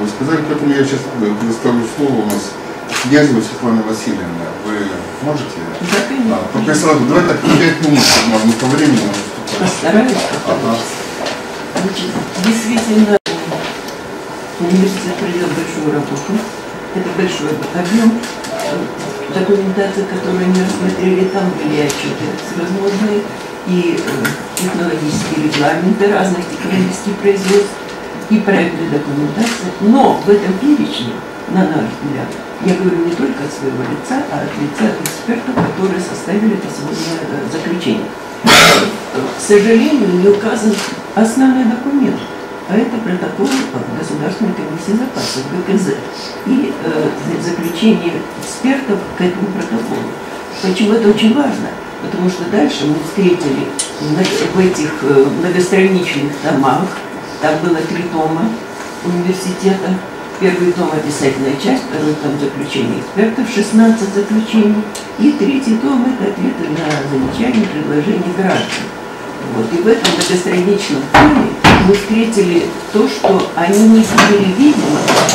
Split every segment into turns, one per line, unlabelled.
вы сказали, поэтому я сейчас предоставлю слово у нас Князева Светлана Васильевна. Вы можете?
Да, конечно.
Только сразу, давай так, 5 минут, можно по времени.
Постараюсь. Значит, действительно, университет проделал большую работу. Это большой объем документации, которую они рассмотрели. Там были отчеты всевозможные и технологические регламенты разных технологических производств и проектная документация. Но в этом перечне, на наш взгляд, я говорю не только от своего лица, а от лица экспертов, которые составили это сегодня заключение. К сожалению, не указан основной документ, а это протокол Государственной комиссии запасов, ГКЗ, и заключение экспертов к этому протоколу. Почему это очень важно? Потому что дальше мы встретили в этих многостраничных томах, там было 3 тома университета, первый том описательная часть, второй том заключение экспертов, 16 заключений, и 3-й том это ответы на замечания, предложения граждан. Вот. И в этом многостраничном томе мы встретили то, что они не видели, видимо,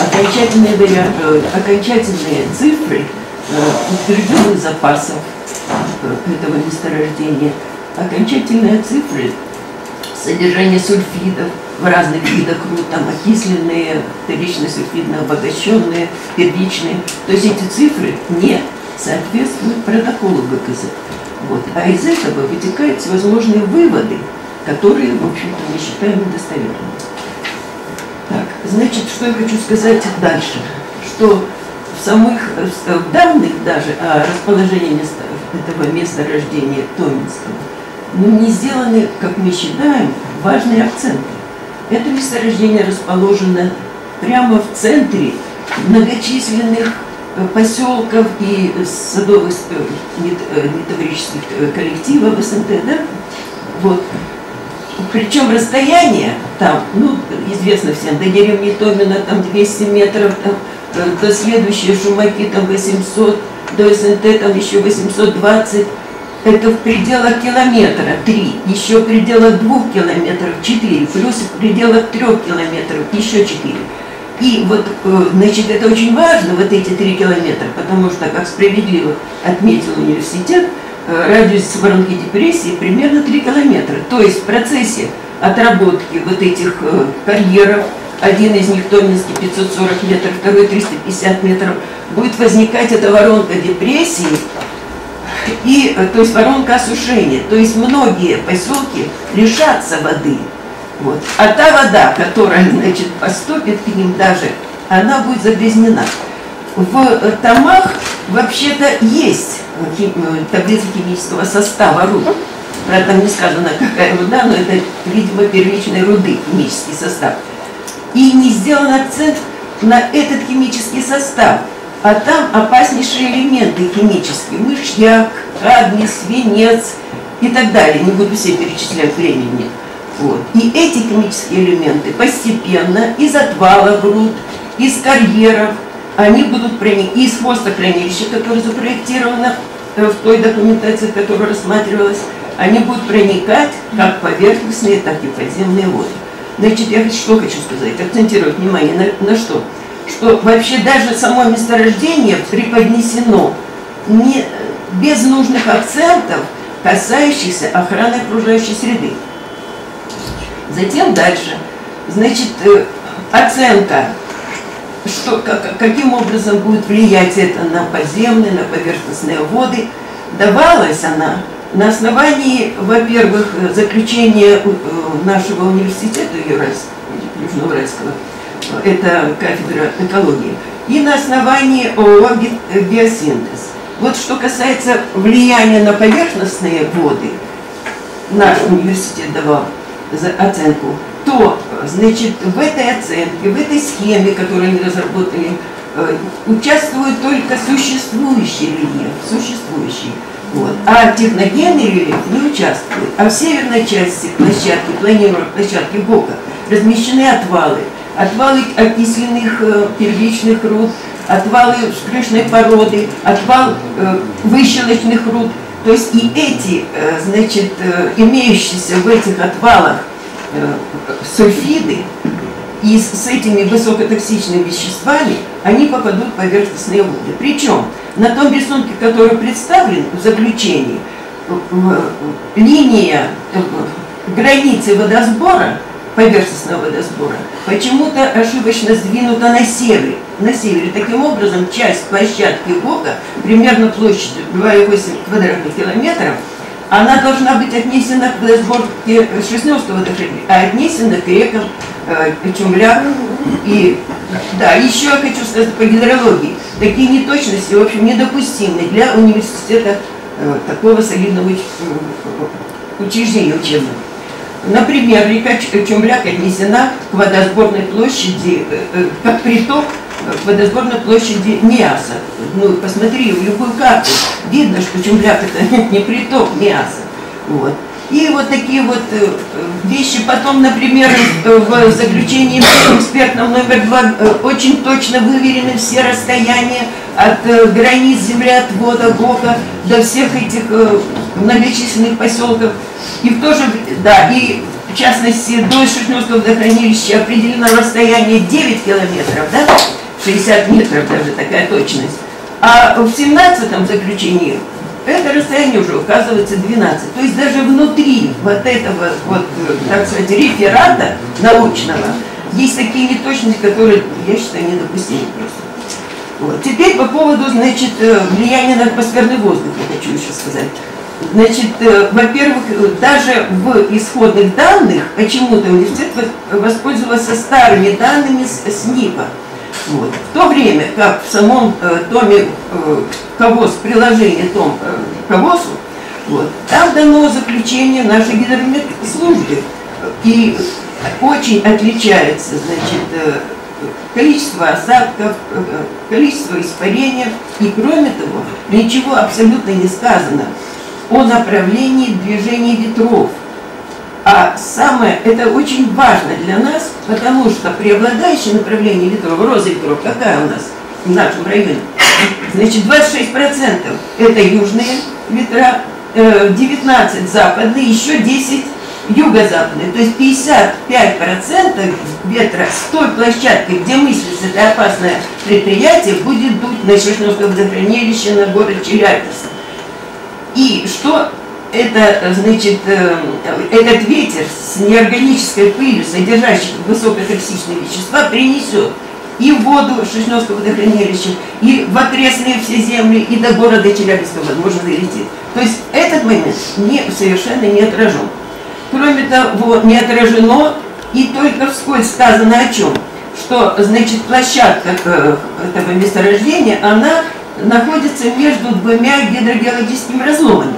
окончательные цифры утвержденных запасов этого месторождения, окончательные цифры содержания сульфидов в разных видах руд, там окисленные, вторично-сульфидно обогащенные, первичные. То есть эти цифры не соответствуют протоколу ГКЗ. Вот. А из этого вытекают всевозможные выводы, которые, в общем-то, мы считаем недостоверными. Так, значит, что я хочу сказать дальше. Что в данных даже о расположении этого месторождения Томинского не сделаны, как мы считаем, важные акценты. Это месторождение расположено прямо в центре многочисленных поселков и садовых нетоварищеских коллективов СНТ, да? Вот. Причем расстояние там, ну, известно всем, до деревни Томина там 200 метров, там, до следующей Шумаки там 800, до СНТ там еще 820. Это в пределах километра 3, еще в пределах 2 километров 4, плюс в пределах 3 километров еще 4. И вот, значит, это очень важно, вот эти 3 километра, потому что, как справедливо отметил университет, радиус воронки депрессии примерно 3 километра. То есть в процессе отработки вот этих карьеров, один из них Томинский 540 метров, второй 350 метров, будет возникать эта воронка депрессии, и, то есть воронка осушения. То есть многие поселки лишатся воды. Вот. А та вода, которая, значит, поступит к ним даже, она будет загрязнена. В томах вообще-то есть таблица химического состава руд. Правда, там не сказано, какая руда, но это, видимо, первичной руды химический состав. И не сделан акцент на этот химический состав. А там опаснейшие элементы химические. Мышьяк, кадмий, свинец и так далее. Не буду все перечислять, времени нет. Вот. И эти химические элементы постепенно из отвалов руд, из карьеров, они будут проникать, из хвостохранилища, которое запроектировано в той документации, которая рассматривалась, они будут проникать как поверхностные, так и подземные воды. Значит, я что хочу сказать, акцентировать внимание на что? Что вообще даже само месторождение преподнесено не, без нужных акцентов, касающихся охраны окружающей среды. Затем дальше, значит, оценка, что, каким образом будет влиять это на подземные, на поверхностные воды, давалась она на основании, во-первых, заключения нашего университета Южноуральского, это кафедра экологии, и на основании ООО «Биосинтез». Вот что касается влияния на поверхностные воды, наш университет давал оценку, то, значит, в этой оценке, в этой схеме, которую они разработали, участвует только существующий рельеф, существующий. Вот. А техногенный рельеф не участвует. А в северной части площадки, планируемой площадки БОКа, размещены отвалы. Отвалы окисленных первичных руд, отвалы шкрышной породы, отвал выщелочных руд. То есть и эти, значит, имеющиеся в этих отвалах сульфиды и с этими высокотоксичными веществами они попадут в поверхностные воды. Причем на том рисунке, который представлен в заключении, линия границы водосбора, поверхностного водосбора, почему-то ошибочно сдвинута на север. На севере. Таким образом, часть площадки ГОКа, примерно площадью 2,8 квадратных километров, она должна быть отнесена к водосборке Шерстневского водохранилища, а отнесена к рекам Чумляк. И да, еще я хочу сказать по гидрологии. Такие неточности, в общем, недопустимы для университета такого солидного учреждения учебного. Например, река Чумляк отнесена к водосборной площади, как приток к водосборной площади Миаса. Ну, посмотри в любую карту, видно, что Чумляк это не приток Миаса. Вот. И вот такие вот вещи. Потом, например, в заключении экспертном номер 2 очень точно выверены все расстояния от границ землеотвода ГОКа до всех этих многочисленных поселков. И в то же, да, и в частности до Шерстневского водохранилища определено расстояние 9 километров, да, 60 метров даже такая точность. А в 17-м заключении это расстояние уже указывается 12. То есть даже внутри вот этого, вот, так сказать, реферата научного есть такие неточности, которые, я считаю, недопустимы просто. Вот. Теперь по поводу, значит, влияния на атмосферный воздух, я хочу еще сказать. Значит, во-первых, даже в исходных данных почему-то университет воспользовался старыми данными с НИПа. Вот. В то время, как в самом томе КАВОС, приложение том КАВОСу, вот, там дано заключение нашей гидрометслужбы, и очень отличается, значит, количество осадков, количество испарения, и кроме того, ничего абсолютно не сказано о направлении движения ветров. А самое, это очень важно для нас, потому что преобладающее направление ветров, роза ветров, какая у нас в нашем районе? Значит, 26% это южные ветра, 19% западные, еще 10% юго-западные. То есть 55% ветра с той площадки, где мыслится это опасное предприятие, будет дуть на Шерстневское водохранилище, на город Челябинск. И что это, значит, этот ветер с неорганической пылью, содержащей высокотоксичные вещества, принесет и в воду Шерстневского водохранилища, и в окрестные все земли, и до города Челябинска, возможно, долетит. То есть этот момент совершенно не отражен. Кроме того, не отражено и только вскользь сказано о чем? Что, значит, площадка этого месторождения, она находится между двумя гидрогеологическими разломами.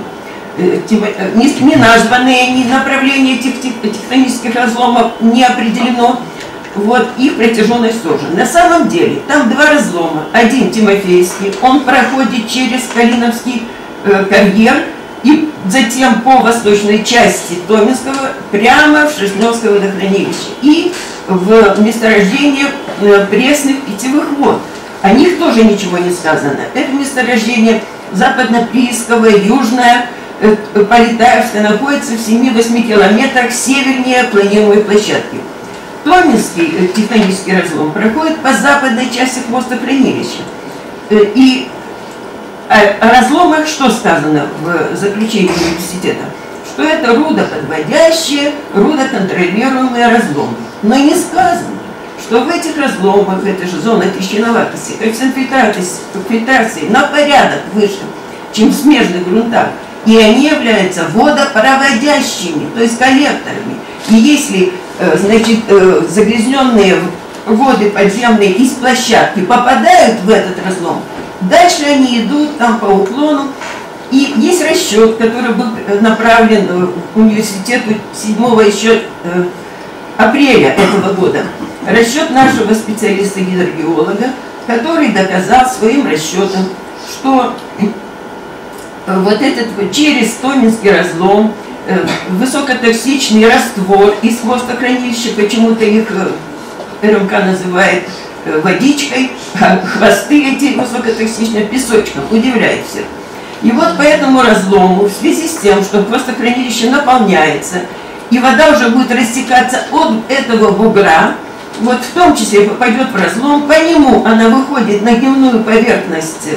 Не названные, ни направление этих тектонических разломов не определено. Вот их протяженность тоже. На самом деле, там два разлома. Один Тимофеевский, он проходит через Калиновский карьер и затем по восточной части Томинского прямо в Шерстневское водохранилище и в месторождение пресных питьевых вод. О них тоже ничего не сказано. Это месторождение западно-приисковое, южное, Полетаевское, находится в 7-8 километрах севернее планируемой площадки. Томинский тектонический разлом проходит по западной части хвостохранилища. И о разломах что сказано в заключении университета? Что это рудоподводящие, рудоконтролируемые разломы. Но не сказано, что в этих разломах, это же зона трещиноватости, коэффициент фильтрации на порядок выше, чем в смежных грунтах. И они являются водопроводящими, то есть коллекторами. И если, значит, загрязненные воды подземные из площадки попадают в этот разлом, дальше они идут там по уклону. И есть расчет, который был направлен университету 7 еще апреля этого года. Расчет нашего специалиста-гидрогеолога, который доказал своим расчетом, что вот этот через Томинский разлом высокотоксичный раствор из хвостохранилища, почему-то их РМК называет водичкой, а хвосты эти высокотоксичные песочком, удивляет всех. И вот по этому разлому, в связи с тем, что хвостохранилище наполняется, и вода уже будет растекаться от этого бугра, вот в том числе попадет в разлом, по нему она выходит на дневную поверхность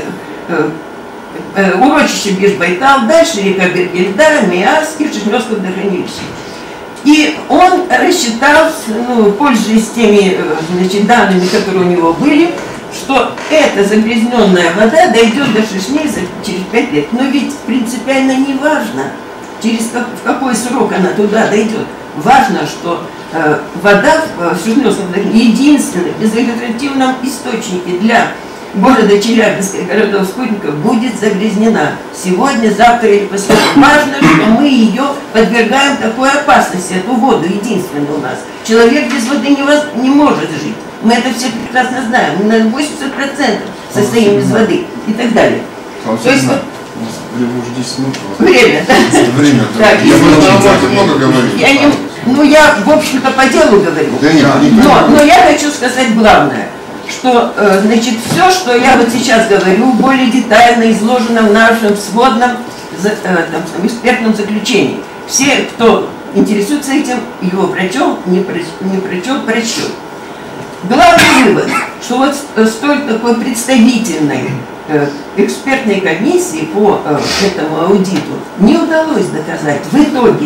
урочища Бишбайтал, дальше река Бергельда, Миас и Шишневское водохранилище. И он рассчитал, ну, пользуясь теми, значит, данными, которые у него были, что эта загрязненная вода дойдет до Шишней через 5 лет. Но ведь принципиально не важно, в какой срок она туда дойдет. Важно, что вода в Шишневском единственном безальтернативном источнике для города Челябинска и городов-спутников будет загрязнена сегодня, завтра или послезавтра. Важно, что мы ее подвергаем такой опасности, эту воду единственную у нас. Человек без воды не может жить. Мы это все прекрасно знаем. Мы на 80% состоим из воды и так далее. То есть вот время, да?
Время, да. Так, я много говорю.
Я, в общем-то, по делу говорю. Но я хочу сказать главное, что, значит, все, что я вот сейчас говорю, более детально изложено в нашем сводном экспертном заключении. Все, кто интересуется этим, его прочел, не прочел, прочел. Главный вывод, что вот столь такой представительной экспертной комиссии по этому аудиту не удалось доказать в итоге,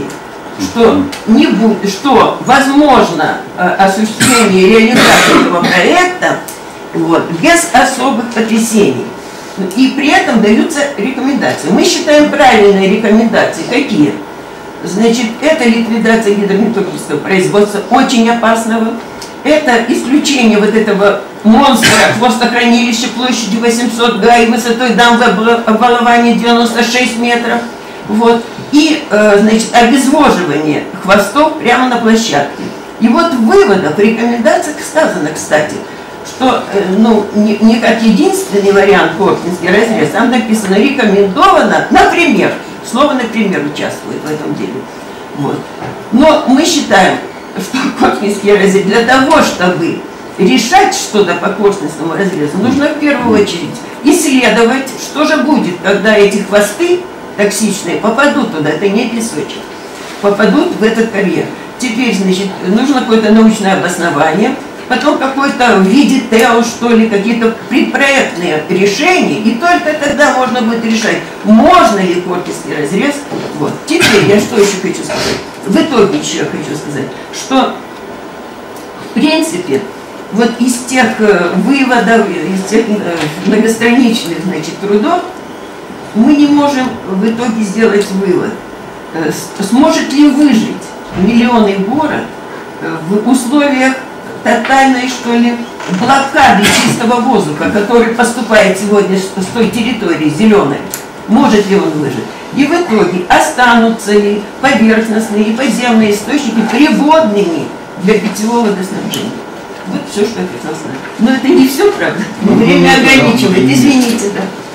что возможно осуществление реализации этого проекта без особых потрясений. И при этом даются рекомендации. Мы считаем правильные рекомендации. Какие? Значит, это ликвидация гидрометаллургического производства, очень опасного. Это исключение вот этого монстра хвостохранилища площадью 800 га и высотой дамбы-обвалования 96 метров. И, значит, обезвоживание хвостов прямо на площадке. И вот в выводах, в рекомендациях сказано, кстати, что, не как единственный вариант Коркинский разрез, там написано рекомендовано, например, слово «например» участвует в этом деле. Но мы считаем, что Коркинский разрез для того, чтобы решать что-то по Коркинскому разрезу, нужно в первую очередь исследовать, что же будет, когда эти хвосты токсичные попадут туда, это не песочек, попадут в этот карьер. Теперь, значит, нужно какое-то научное обоснование, потом какой-то в виде ТЭО, что ли, какие-то предпроектные решения, и только тогда можно будет решать, можно ли Коркинский разрез. Теперь я что еще хочу сказать? В итоге еще я хочу сказать, что в принципе из тех выводов, из тех многостраничных, значит, трудов мы не можем в итоге сделать вывод, сможет ли выжить миллионный город в условиях тотальной, что ли, блокады чистого воздуха, который поступает сегодня с той территории зеленой. Может ли он выжить? И в итоге останутся ли поверхностные и подземные источники пригодными для питьевого водоснабжения? Вот все, что я хотела сказать. Но это не все, правда. Время ограничивает. Извините, да.